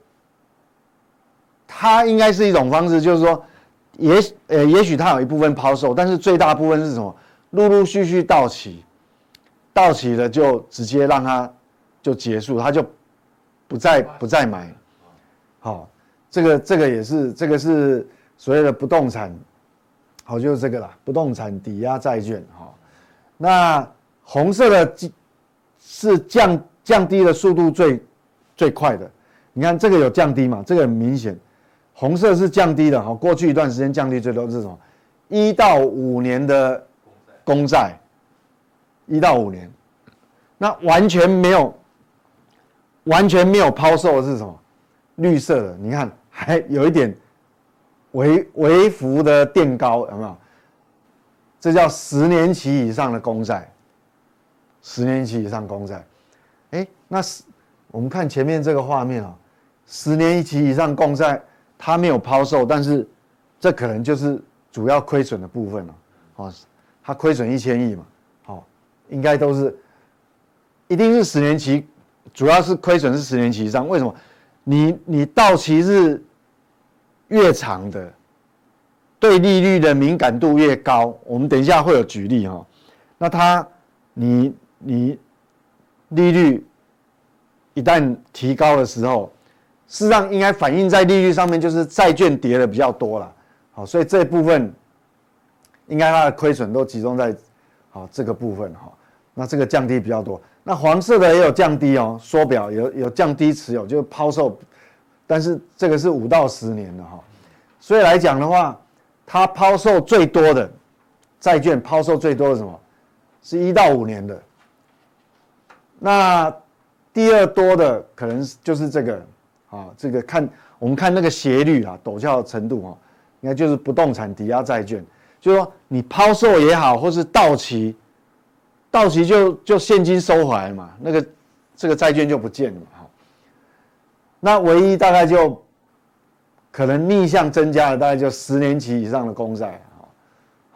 [SPEAKER 4] 它应该是一种方式，就是说，也呃也许它有一部分抛售，但是最大部分是什么？陆陆续续到期。到期了就直接让它就结束，它就不再不再买，好、哦，这个这个也是这个是所谓的不动产，好、哦、就是这个啦，不动产抵押债券，哈、哦，那红色的是降降低的速度最最快的，你看这个有降低嘛，这个很明显，红色是降低的，哈、哦，过去一段时间降低最多是什么？一到五年的公债。一到五年，那完全没有，完全没有抛售的是什么？绿色的，你看还有一点微微幅的垫高，有没有？这叫十年期以上的公债，十年期以上公债，哎，那我们看前面这个画面啊、哦，十年期以上公债它没有抛售，但是这可能就是主要亏损的部分了、哦，哦，它亏损一千亿嘛。应该都是，一定是十年期，主要是亏损是十年期以上。为什么？你你到期日越长的，对利率的敏感度越高。我们等一下会有举例哈、哦。那它你你利率一旦提高的时候，事实上应该反映在利率上面，就是债券跌的比较多了。好，所以这部分应该它的亏损都集中在好这个部分哈。那这个降低比较多，那黄色的也有降低哦，缩表有有降低持有，就是抛售，但是这个是五到十年的哈，所以来讲的话，它抛售最多的债券抛售最多的是什么？是一到五年的。那第二多的可能就是这个啊，这个看我们看那个斜率啊，陡峭程度啊，应该就是不动产抵押债券，就是说你抛售也好，或是到期。到期就就现金收回来嘛，那个这个债券就不见了嘛，那唯一大概就可能逆向增加的大概就十年期以上的公债，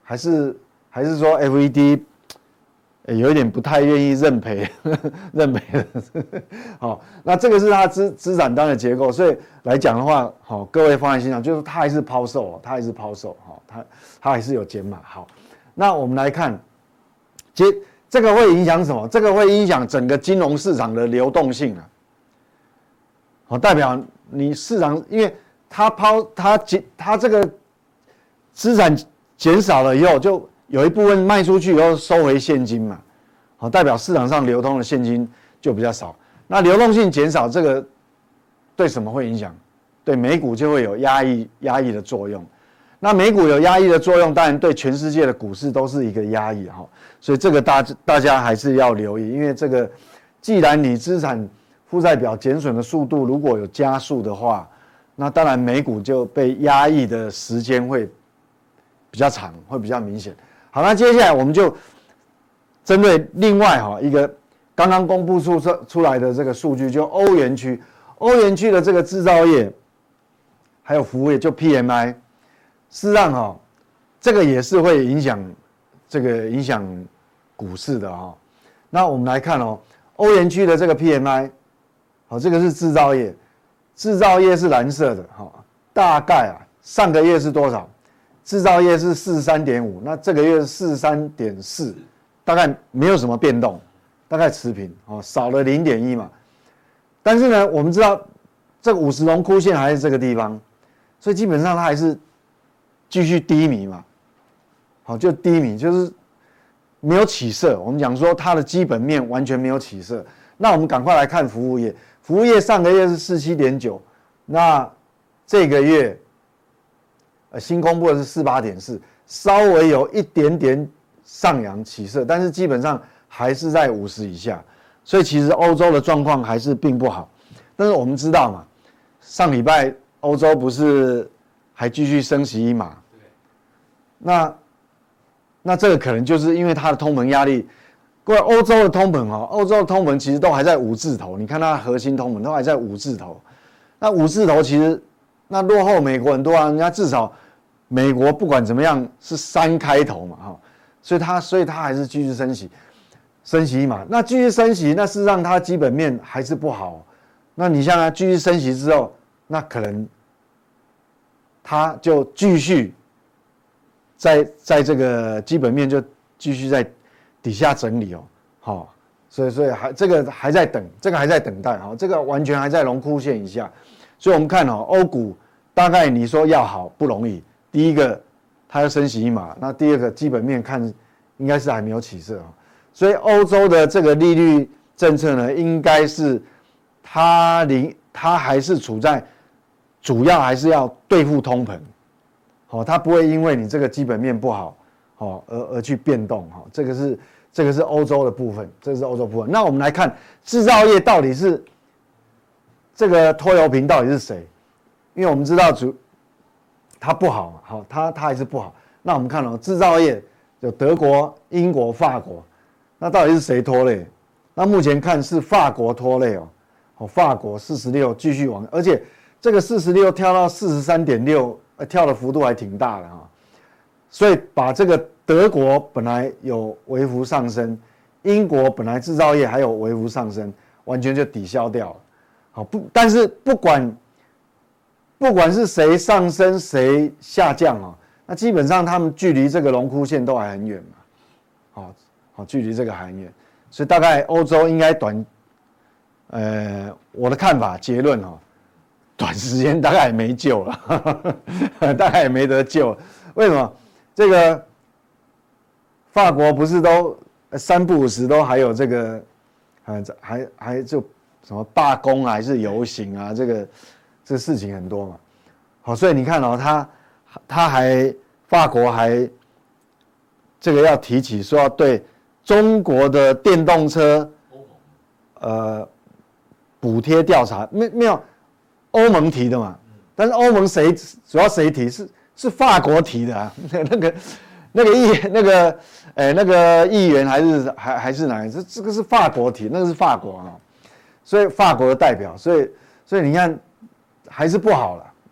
[SPEAKER 4] 还是还是说 F E D 有一点不太愿意认赔，认赔的。好，那这个是它资资产单的结构，所以来讲的话，好，各位放在心上，就是它还是抛售，它还是抛售，好，它它还是有减码。好，那我们来看，接这个会影响什么？这个会影响整个金融市场的流动性啊。好，代表你市场，因为它抛它减它这个资产减少了以后，就有一部分卖出去以后收回现金嘛，好，代表市场上流通的现金就比较少。那流动性减少，这个对什么会影响？对美股就会有压抑压抑的作用。那美股有压抑的作用，当然对全世界的股市都是一个压抑哈。所以这个大大家还是要留意，因为这个既然你资产负债表减损的速度如果有加速的话，那当然美股就被压抑的时间会比较长，会比较明显。好，那接下来我们就针对另外哈一个刚刚公布出出来的这个数据，就欧元区，欧元区的这个制造业还有服务业，就 P M I， 事实上哈，这个也是会影响这个影响股市的哈。那我们来看哦，欧元区的这个 P M I， 好，这个是制造业，制造业是蓝色的哈，大概啊上个月是多少？制造业是四十三点五，那这个月是四十三点四，大概没有什么变动，大概持平哦，少了零点一嘛。但是呢，我们知道这个五十荣枯线还是这个地方，所以基本上它还是继续低迷嘛。好，就低迷，就是没有起色。我们讲说它的基本面完全没有起色。那我们赶快来看服务业，服务业上个月是四十七点九，那这个月。呃，新公布的是四十八点四，稍微有一点点上扬起色，但是基本上还是在五十以下，所以其实欧洲的状况还是并不好。但是我们知道嘛，上礼拜欧洲不是还继续升息一码，那那这个可能就是因为它的通膨压力。各位，欧洲的通膨哦，欧洲的通膨其实都还在五字头，你看它的核心通膨都还在五字头，那五字头其实。那落后美国很多啊，人家至少美国不管怎么样是三开头嘛，哈，所以它所以它还是继续升息，升息嘛。那继续升息，那事实上它基本面还是不好。那你像它继续升息之后，那可能它就继续在在这个基本面就继续在底下整理哦，好，所以所以还这个还在等，这个还在等待，哈，这个完全还在荣枯线以下。所以我们看哦，欧股大概你说要好不容易。第一个，它要升息一码，那第二个基本面看应该是还没有起色啊。所以欧洲的这个利率政策呢，应该是它零它还是处在主要还是要对付通膨，好，它不会因为你这个基本面不好，好而而去变动，哈，这个是这个是欧洲的部分，这是欧洲部分。那我们来看制造业到底是。这个拖油瓶到底是谁？因为我们知道主它不好嘛，好，它它还是不好。那我们看哦，制造业有德国、英国、法国，那到底是谁拖累？那目前看是法国拖累哦，哦，法国四十六继续往，而且这个四十六跳到四十三点六，呃，跳的幅度还挺大的哈。所以把这个德国本来有微幅上升，英国本来制造业还有微幅上升，完全就抵消掉了。好，不，但是不管不管是谁上升谁下降啊，那基本上他们距离这个荣枯线都还很远嘛，好，好，距离这个还很远，所以大概欧洲应该短，呃，我的看法结论哈，短时间大概也没救了，呵呵大概也没得救了。为什么？这个法国不是都三不五时都还有这个，呃，还还就。什么罢工啊，还是游行啊？这个这个事情很多嘛。好，所以你看哦，他他还法国还这个要提起说要对中国的电动车呃补贴调查，没没有欧盟提的嘛？但是欧盟谁主要谁提？是是法国提的啊？那个那个议那个哎那个议员还是还还是哪？这这个是法国提，那个是法国啊。所以法国的代表，所以所以你看还是不好了，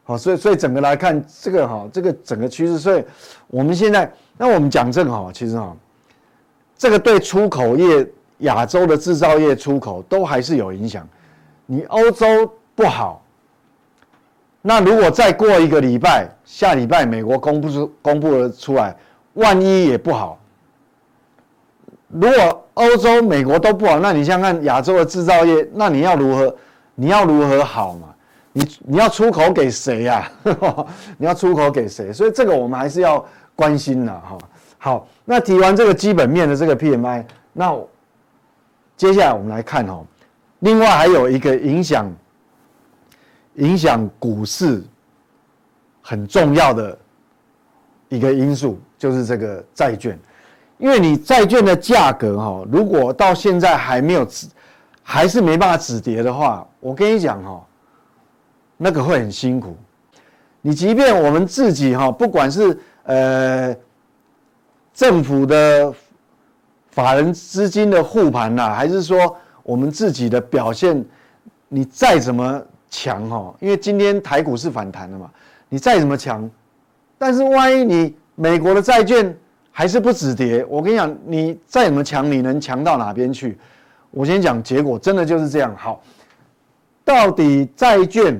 [SPEAKER 4] 好，所以所以整个来看这个哈，这个整个趋势，所以我们现在那我们讲这个哈，其实哈，这个对出口业、亚洲的制造业出口都还是有影响。你欧洲不好，那如果再过一个礼拜，下礼拜美国公布出公布了出来，万一也不好，如果欧洲、美国都不好，那你想想看亚洲的制造业，那你要如何？你要如何好嘛？你你要出口给谁呀、啊？你要出口给谁？所以这个我们还是要关心的哈。好，那提完这个基本面的这个 P M I， 那接下来我们来看哈，另外还有一个影响影响股市很重要的一个因素，就是这个债券，因为你债券的价格哈，如果到现在还没有止，还是没办法止跌的话，我跟你讲哈。那个会很辛苦，你即便我们自己哈，不管是呃政府的法人资金的护盘啦，还是说我们自己的表现，你再怎么强哈，因为今天台股是反弹的嘛，你再怎么强，但是万一你美国的债券还是不止跌，我跟你讲，你再怎么强，你能强到哪边去？我先讲结果，真的就是这样。好，到底债券？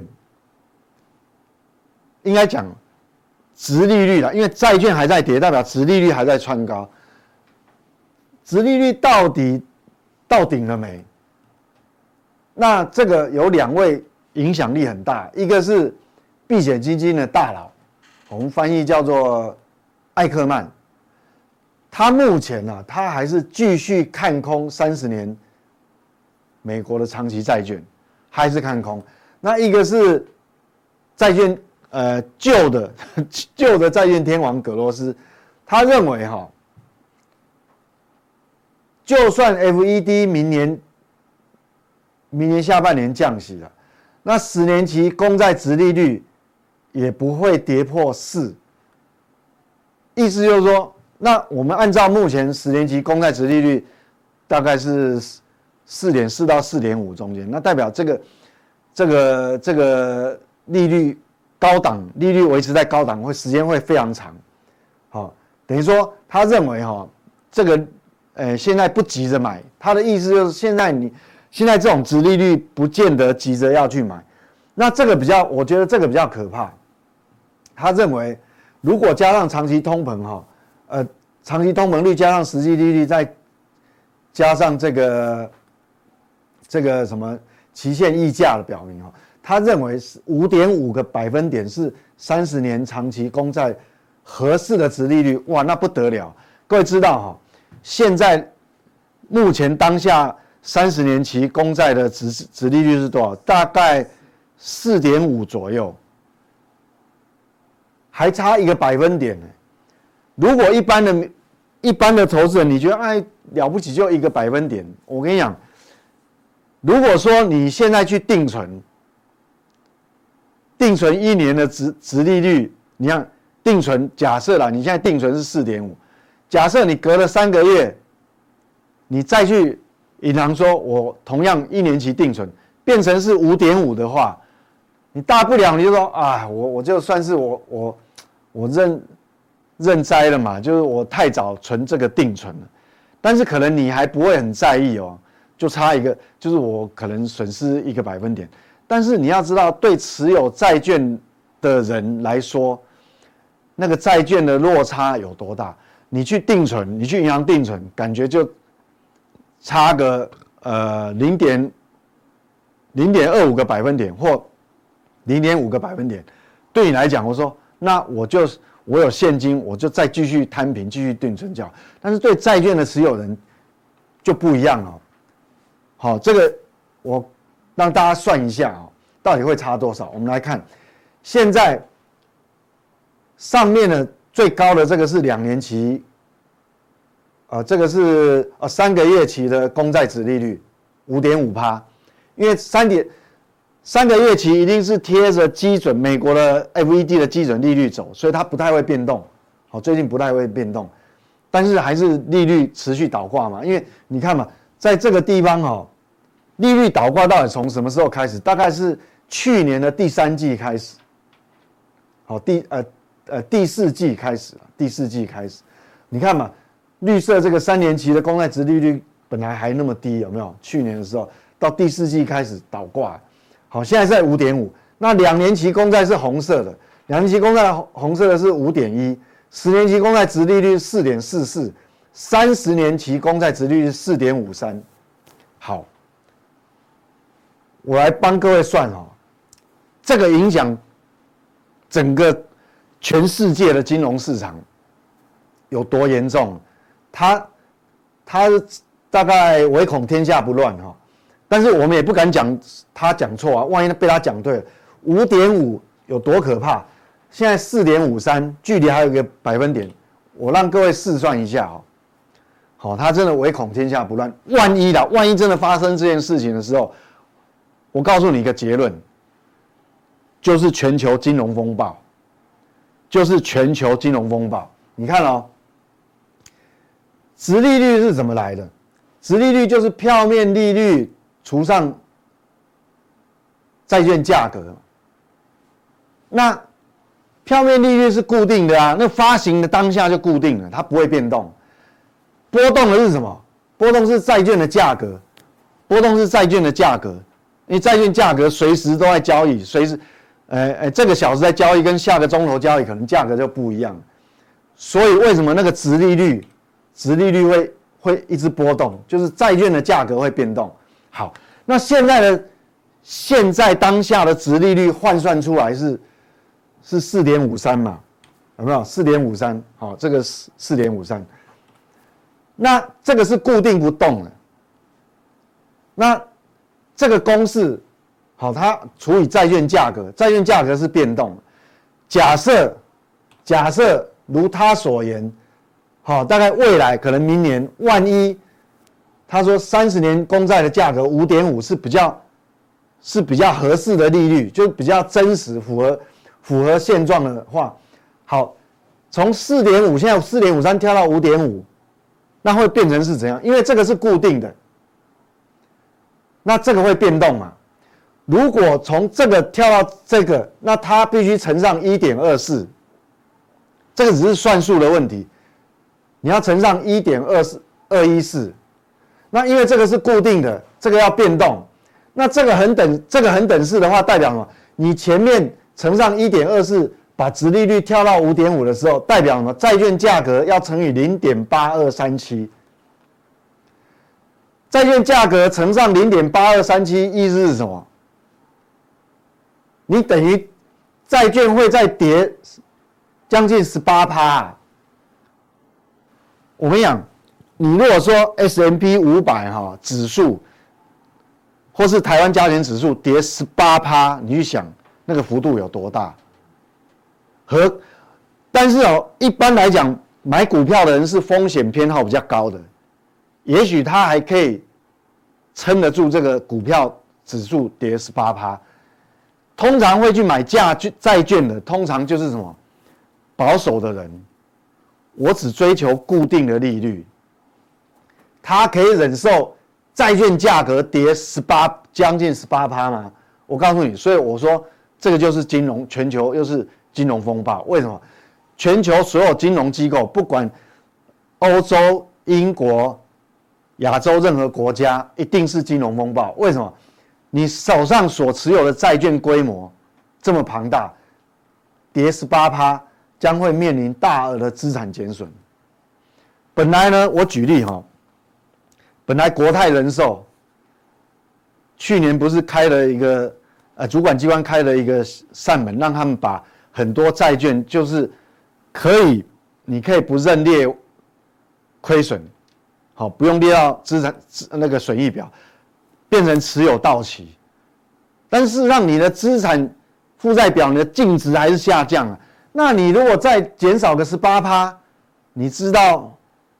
[SPEAKER 4] 应该讲，殖利率啦，因为债券还在跌，代表殖利率还在窜高。殖利率到底到顶了没？那这个有两位影响力很大，一个是避险基金的大佬，我们翻译叫做艾克曼，他目前啊，他还是继续看空三十年美国的长期债券，还是看空。那一个是债券。呃，旧的旧的债券天王葛罗斯，他认为哈，就算 F E D 明年明年下半年降息了，那十年期公债殖利率也不会跌破四。意思就是说，那我们按照目前十年期公债殖利率大概是四点四到四点五中间，那代表这个这个这个利率。高档利率维持在高档，会时间会非常长，好，等于说他认为哈，这个，呃，现在不急着买，他的意思就是现在你现在这种殖利率不见得急着要去买，那这个比较，我觉得这个比较可怕。他认为，如果加上长期通膨哈，呃，长期通膨率加上实际利率，再加上这个这个什么期限溢价的表明哈。他认为是五点五个百分点是三十年长期公债合适的殖利率，哇，那不得了！各位知道哈，现在目前当下三十年期公债的殖殖利率是多少？大概四点五左右，还差一个百分点呢。如果一般的、一般的投资人，你觉得哎了不起就一个百分点，我跟你讲，如果说你现在去定存。定存一年的殖殖利率，你看定存假设啦，你现在定存是四点五，假设你隔了三个月，你再去银行说，我同样一年期定存变成是五点五的话，你大不了你就说啊，我我就算是我我我认认栽了嘛，就是我太早存这个定存了，但是可能你还不会很在意哦，就差一个，就是我可能损失一个百分点。但是你要知道，对持有债券的人来说，那个债券的落差有多大？你去定存，你去银行定存，感觉就差个呃零点零点二五个百分点或零点五个百分点。对你来讲，我说那我就我有现金，我就再继续摊平，继续定存就好。但是对债券的持有人就不一样哦。好，这个我。让大家算一下啊，到底会差多少？我们来看，现在上面的最高的这个是两年期，呃，这个是呃三个月期的公债殖利率五点五趴，因为三点三个月期一定是贴着基准美国的 F E D 的基准利率走，所以它不太会变动。好，最近不太会变动，但是还是利率持续倒挂嘛，因为你看嘛，在这个地方哦。利率倒挂到底从什么时候开始？大概是去年的第三季开始， 好第呃呃第四季开始了，第四季开始，你看嘛，绿色这个三年期的公债殖利率本来还那么低，有没有？去年的时候到第四季开始倒挂，好，现在在 五点五， 那两年期公债是红色的，两年期公债红色的是 五点一， 十年期公债殖利率 四点四四， 三十年期公债殖利率 四点五三。 好，我来帮各位算哦，这个影响整个全世界的金融市场有多严重？他他大概唯恐天下不乱哈，但是我们也不敢讲他讲错啊，万一被他讲对了， 五点五 有多可怕？现在 四点五三， 距离还有一个百分点，我让各位试算一下哈。好，他真的唯恐天下不乱，万一啦，万一真的发生这件事情的时候，我告诉你一个结论，就是全球金融风暴，就是全球金融风暴。你看哦，殖利率是怎么来的？殖利率就是票面利率除上债券价格。那票面利率是固定的啊，那发行的当下就固定了，它不会变动。波动的是什么？波动是债券的价格，波动是债券的价格，因为债券价格随时都在交易，随时，呃呃，这个小时在交易，跟下个钟头交易可能价格就不一样。所以为什么那个殖利率，殖利率会会一直波动？就是债券的价格会变动。好，那现在的现在当下的殖利率换算出来是是 四点五三 嘛？有没有 四点五三？ 好，这个是 四点五三。那这个是固定不动的，那这个公式，好，它除以债券价格，债券价格是变动的。假设，假设如他所言，好，大概未来可能明年，万一他说三十年公债的价格 五点五 是比较是比较合适的利率，就比较真实，符合符合现状的话，好，从 四点五 现在 四点五三 跳到 五点五。那会变成是怎样？因为这个是固定的，那这个会变动嘛？如果从这个跳到这个，那它必须乘上 一点二四， 这个只是算数的问题，你要乘上 一点二一四， 那因为这个是固定的，这个要变动，那这个恒等这个恒等式的话，代表什么？你前面乘上 一点二四。把殖利率跳到 五点五 的时候，代表什么？债券价格要乘以 零点八二三七， 债券价格乘上 零点八二三七， 意思是什么？你等于债券会再跌将近 百分之十八、啊。我跟你讲，你如果说 S and P 五百 哈指数，或是台湾加权指数跌 百分之十八， 你去想那个幅度有多大？和，但是哦，一般来讲，买股票的人是风险偏好比较高的，也许他还可以撑得住这个股票指数跌 百分之十八。通常会去买价债券的，通常就是什么保守的人，我只追求固定的利率，他可以忍受债券价格跌十八，将近 百分之十八 吗？我告诉你，所以我说这个就是金融全球又是。金融风暴，为什么？全球所有金融机构，不管欧洲、英国、亚洲任何国家，一定是金融风暴。为什么？你手上所持有的债券规模这么庞大，跌 百分之十八， 将会面临大额的资产减损。本来呢，我举例哈，本来国泰人寿去年不是开了一个呃主管机关开了一个扇门，让他们把很多债券就是可以，你可以不认列亏损，好，不用列到资产那个损益表，变成持有到期，但是让你的资产负债表你的净值还是下降了。那你如果再减少个 百分之十八， 你知道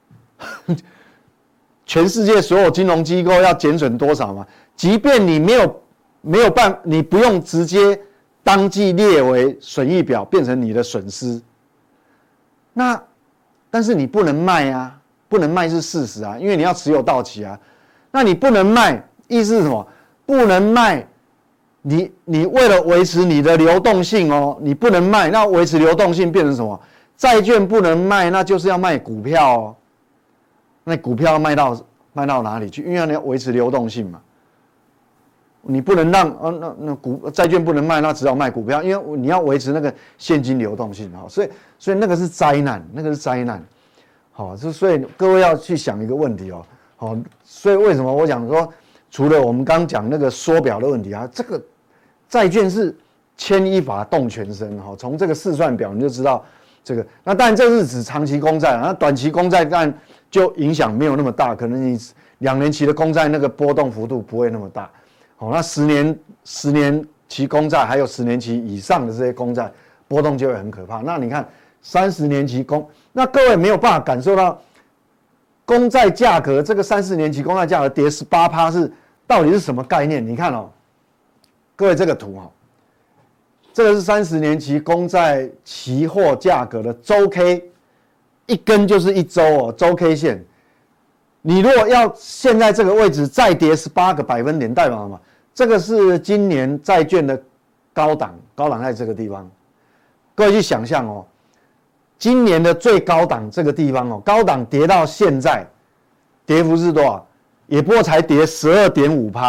[SPEAKER 4] 全世界所有金融机构要减损多少吗？即便你没有没有办，你不用直接当季列为损益表，变成你的损失。那，但是你不能卖啊，不能卖是事实啊，因为你要持有到期啊。那你不能卖，意思是什么？不能卖你你为了维持你的流动性哦，你不能卖，那维持流动性变成什么？债券不能卖，那就是要卖股票哦。那股票要卖到卖到哪里去？因为你要维持流动性嘛。你不能让哦，那那股债券不能卖，那只好卖股票，因为你要维持那个现金流动性哈。所以所以那个是灾难，那个是灾难。好，就所以各位要去想一个问题哦。好，所以为什么我讲说，除了我们刚讲那个缩表的问题啊，这个债券是牵一发动全身哈。从这个试算表你就知道这个。那当然这是指长期公债，那短期公债当然就影响没有那么大，可能你两年期的公债那个波动幅度不会那么大。好，那十年十年期公债还有十年期以上的这些公债波动就会很可怕。那你看三十年期公，那各位没有办法感受到公债价格，这个三十年期公债价格跌 百分之十八 是到底是什么概念？你看哦，各位这个图哦，这个是三十年期公债期货价格的周 K， 一根就是一周哦，周 K 线。你如果要现在这个位置再跌十八个百分点，代表什么？这个是今年债券的高档，高档在这个地方。各位去想象哦，今年的最高档这个地方哦，高档跌到现在，跌幅是多少？也不过才跌 百分之十二点五，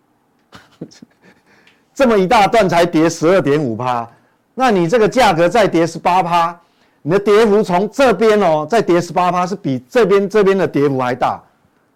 [SPEAKER 4] 这么一大段才跌 百分之十二点五， 那你这个价格再跌 百分之十八， 你的跌幅从这边哦再跌 百分之十八， 是比这边这边的跌幅还大。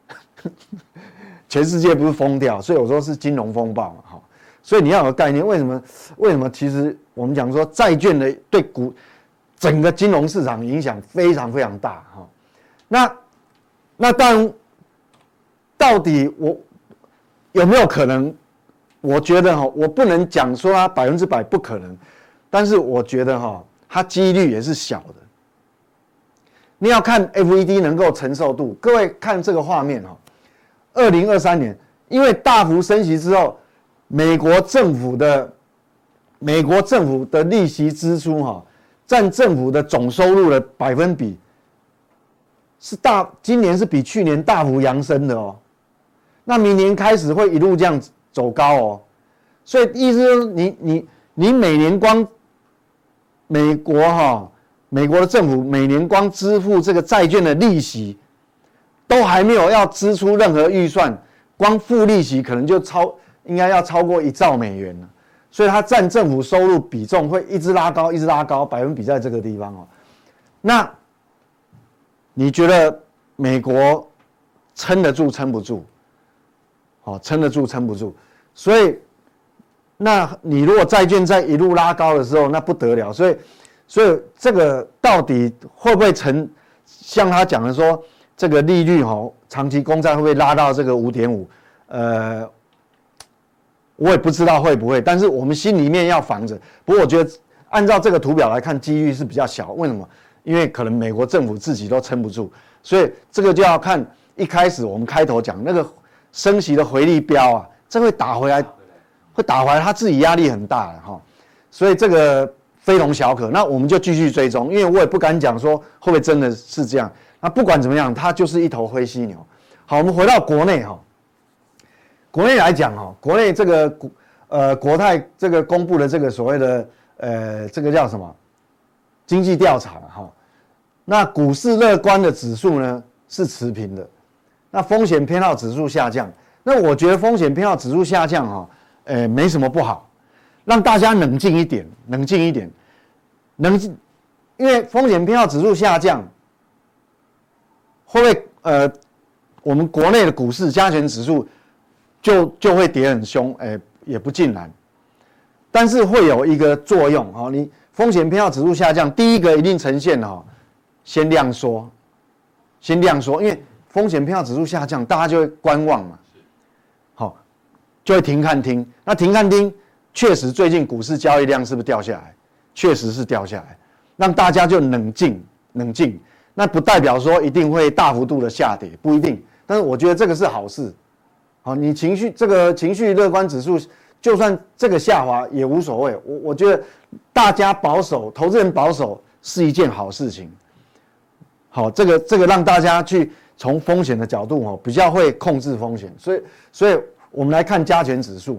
[SPEAKER 4] 全世界不是疯掉，所以我说是金融风暴嘛，哈。所以你要有个概念，为什么？为什么？其实我们讲说债券的对股整个金融市场影响非常非常大，哈。那那当然，到底我有没有可能？我觉得哈，我不能讲说它百分之百不可能，但是我觉得哈，它几率也是小的。你要看 F E D 能够承受度，各位看这个画面哈。二零二三年，因为大幅升息之后，美国政府的美国政府的利息支出哈，占政府的总收入的百分比是大，今年是比去年大幅扬升的哦。那明年开始会一路这样走高哦，所以意思就是你你你每年光美国哈，美国的政府每年光支付这个债券的利息。都还没有要支出任何预算，光付利息可能就超应该要超过一兆美元了，所以它占政府收入比重会一直拉高，一直拉高，百分比在这个地方哦。那你觉得美国撑得住撑不住？好，撑得住撑不住？所以，那你如果债券在一路拉高的时候，那不得了。所以，所以这个到底会不会成？像他讲的说。这个利率哈，长期公债会不会拉到这个 五点五？ 呃，我也不知道会不会，但是我们心里面要防着。不过我觉得按照这个图表来看，几率是比较小。为什么？因为可能美国政府自己都撑不住，所以这个就要看一开始我们开头讲那个升息的回力标啊，这会打回来，会打回来，他自己压力很大的哈。所以这个非同小可。那我们就继续追踪，因为我也不敢讲说会不会真的是这样。那不管怎么样，它就是一头灰犀牛。好，我们回到国内哈，国内来讲哈，国内这个呃国泰这个公布的这个所谓的呃这个叫什么经济调查哈，那股市乐观的指数呢是持平的，那风险偏好指数下降。那我觉得风险偏好指数下降哈，呃没什么不好，让大家冷静一点，冷静一点，冷静，因为风险偏好指数下降。会不会呃，我们国内的股市加权指数就就会跌很凶？哎、欸，也不尽然，但是会有一个作用哈、哦。你风险偏好指数下降，第一个一定呈现哈、哦，先量缩，先量缩，因为风险偏好指数下降，大家就会观望嘛，好、哦，就会停看听。那停看听，确实最近股市交易量是不是掉下来？确实是掉下来，让大家就冷静，冷静。那不代表说一定会大幅度的下跌，不一定。但是我觉得这个是好事。好，你情绪这个情绪乐观指数，就算这个下滑也无所谓。我我觉得大家保守，投资人保守是一件好事情。好，这个这个让大家去从风险的角度哦，比较会控制风险。所以所以我们来看加权指数啊。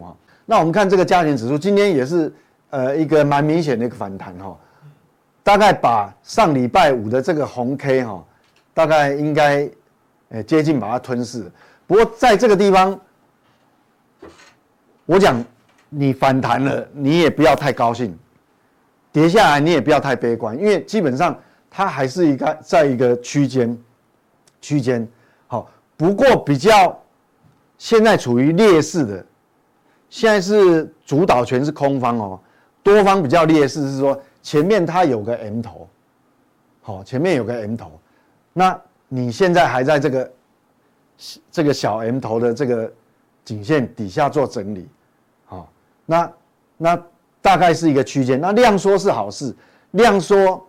[SPEAKER 4] 那我们看这个加权指数，今天也是呃一个蛮明显的一个反弹哈、哦，大概把上礼拜五的这个红 K 哈、哦，大概应该呃接近把它吞噬。不过在这个地方，我讲你反弹了，你也不要太高兴，跌下来你也不要太悲观，因为基本上它还是一个在一个区间区间好，不过比较现在处于劣势的。现在是主导权是空方哦，多方比较劣势是说前面它有个 M 头，好，前面有个 M 头，那你现在还在这个这个小 M 头的这个颈线底下做整理，好，那那大概是一个区间，那量缩是好事，量缩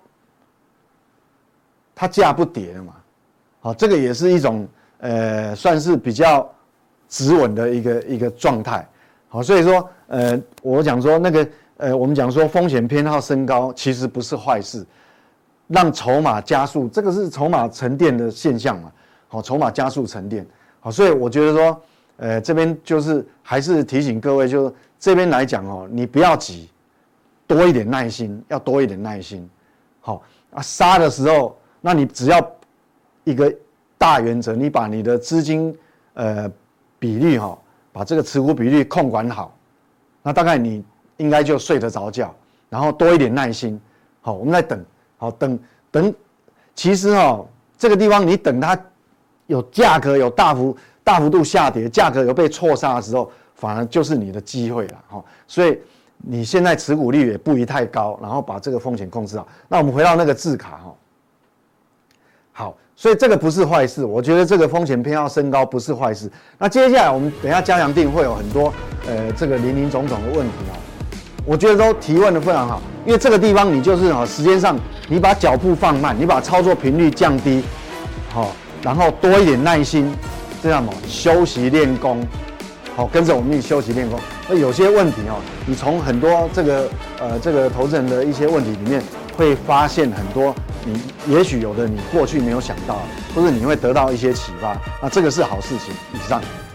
[SPEAKER 4] 它价不跌了嘛，好，这个也是一种呃算是比较止稳的一个一个状态。好，所以说，呃，我讲说那个，呃，我们讲说风险偏好升高，其实不是坏事，让筹码加速，这个是筹码沉淀的现象嘛。好，筹码加速沉淀。好，所以我觉得说，呃，这边就是还是提醒各位，就是这边来讲哦，你不要急，多一点耐心，要多一点耐心。好啊，杀的时候，那你只要一个大原则，你把你的资金呃比率哈。把这个持股比率控管好，那大概你应该就睡得着觉，然后多一点耐心。好，我们在等，好等等。其实哦，这个地方你等它有价格有大幅大幅度下跌，价格有被错杀的时候，反而就是你的机会了。哈，所以你现在持股率也不宜太高，然后把这个风险控制好。那我们回到那个字卡哈，好。所以这个不是坏事，我觉得这个风险偏好升高不是坏事。那接下来我们等一下加强定会有很多呃这个林林总总的问题哦，我觉得都提问的非常好，因为这个地方你就是哈时间上你把脚步放慢，你把操作频率降低，好，然后多一点耐心，这样嘛休息练功，好跟着我们一起休息练功。那有些问题哦，你从很多这个呃这个投资人的一些问题里面会发现很多。你也许有的你过去没有想到，或者你会得到一些启发，那这个是好事情。以上。